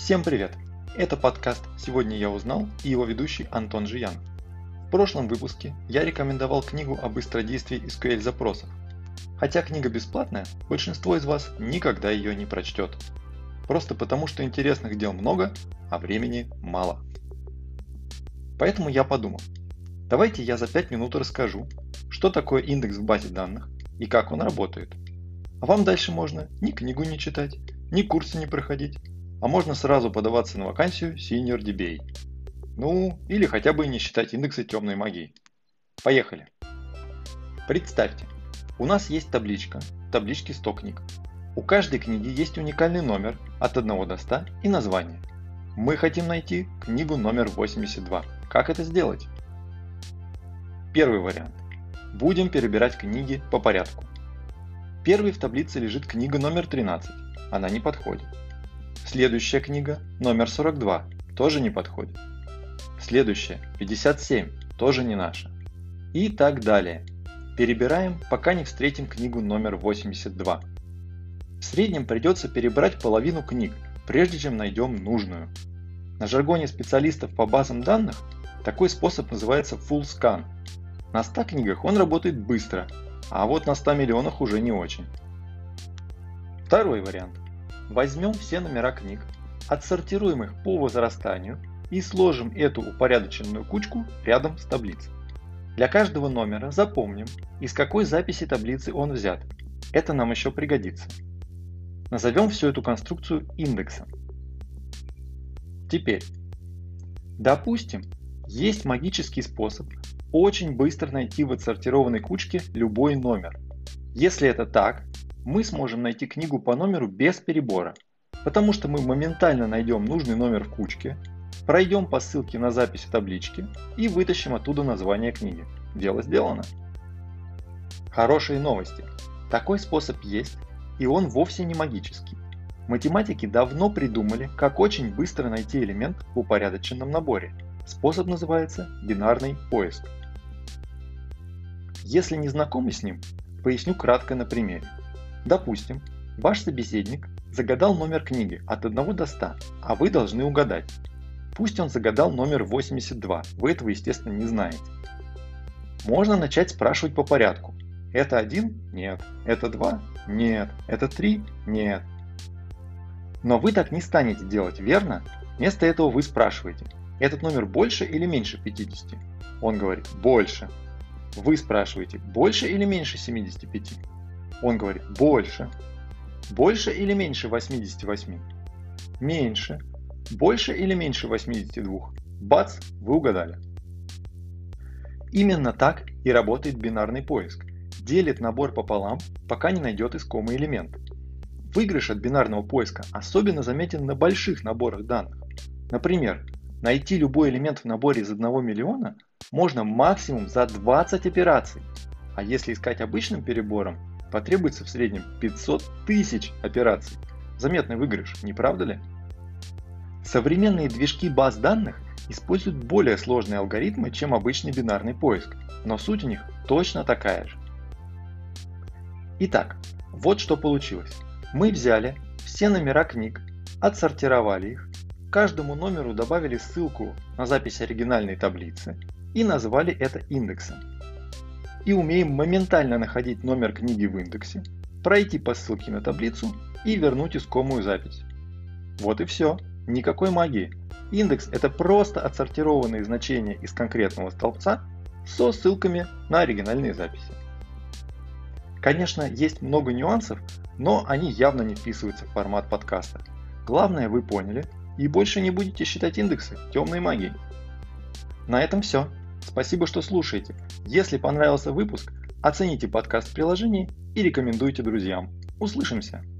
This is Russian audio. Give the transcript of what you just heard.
Всем привет! Это подкаст «Сегодня я узнал» и его ведущий Антон Жиян. В прошлом выпуске я рекомендовал книгу о быстродействии SQL запросов. Хотя книга бесплатная, большинство из вас никогда ее не прочтет. Просто потому, что интересных дел много, а времени мало. Поэтому я подумал, давайте я за 5 минут расскажу, что такое индекс в базе данных и как он работает. А вам дальше можно ни книгу не читать, ни курсы не проходить, а можно сразу подаваться на вакансию Senior DBA. Ну, или хотя бы не считать индексы темной магии. Поехали! Представьте, у нас есть табличка, в табличке 100 книг. У каждой книги есть уникальный номер от 1 до 100 и название. Мы хотим найти книгу номер 82. Как это сделать? Первый вариант. Будем перебирать книги по порядку. Первой в таблице лежит книга номер 13. Она не подходит. Следующая книга, номер 42, тоже не подходит. Следующая, 57, тоже не наша. И так далее. Перебираем, пока не встретим книгу номер 82. В среднем придется перебрать половину книг, прежде чем найдем нужную. На жаргоне специалистов по базам данных такой способ называется full scan. На 100 книгах он работает быстро, а вот на 100 миллионах уже не очень. Второй вариант. Возьмем все номера книг, отсортируем их по возрастанию и сложим эту упорядоченную кучку рядом с таблицей. Для каждого номера запомним, из какой записи таблицы он взят. Это нам еще пригодится. Назовем всю эту конструкцию индексом. Теперь, допустим, есть магический способ очень быстро найти в отсортированной кучке любой номер. Если это так, мы сможем найти книгу по номеру без перебора, потому что мы моментально найдем нужный номер в кучке, пройдем по ссылке на запись в табличке и вытащим оттуда название книги. Дело сделано. Хорошие новости. Такой способ есть, и он вовсе не магический. Математики давно придумали, как очень быстро найти элемент в упорядоченном наборе. Способ называется бинарный поиск. Если не знакомы с ним, поясню кратко на примере. Допустим, ваш собеседник загадал номер книги от 1 до 100, а вы должны угадать. Пусть он загадал номер 82, вы этого, естественно, не знаете. Можно начать спрашивать по порядку. Это 1? Нет. Это 2? Нет. Это 3? Нет. Но вы так не станете делать, верно? Вместо этого вы спрашиваете, этот номер больше или меньше 50? Он говорит, больше. Вы спрашиваете, больше или меньше 75? Он говорит, больше. Больше или меньше 88? Меньше. Больше или меньше 82? Бац, вы угадали. Именно так и работает бинарный поиск. Делит набор пополам, пока не найдет искомый элемент. Выигрыш от бинарного поиска особенно заметен на больших наборах данных. Например, найти любой элемент в наборе из 1 миллиона можно максимум за 20 операций. А если искать обычным перебором, потребуется в среднем 500 тысяч операций. Заметный выигрыш, не правда ли? Современные движки баз данных используют более сложные алгоритмы, чем обычный бинарный поиск, но суть у них точно такая же. Итак, вот что получилось. Мы взяли все номера книг, отсортировали их, каждому номеру добавили ссылку на запись оригинальной таблицы и назвали это индексом. И умеем моментально находить номер книги в индексе, пройти по ссылке на таблицу и вернуть искомую запись. Вот и все. Никакой магии. Индекс – это просто отсортированные значения из конкретного столбца со ссылками на оригинальные записи. Конечно, есть много нюансов, но они явно не вписываются в формат подкаста. Главное, вы поняли и больше не будете считать индексы темной магией. На этом все. Спасибо, что слушаете. Если понравился выпуск, оцените подкаст в приложении и рекомендуйте друзьям. Услышимся!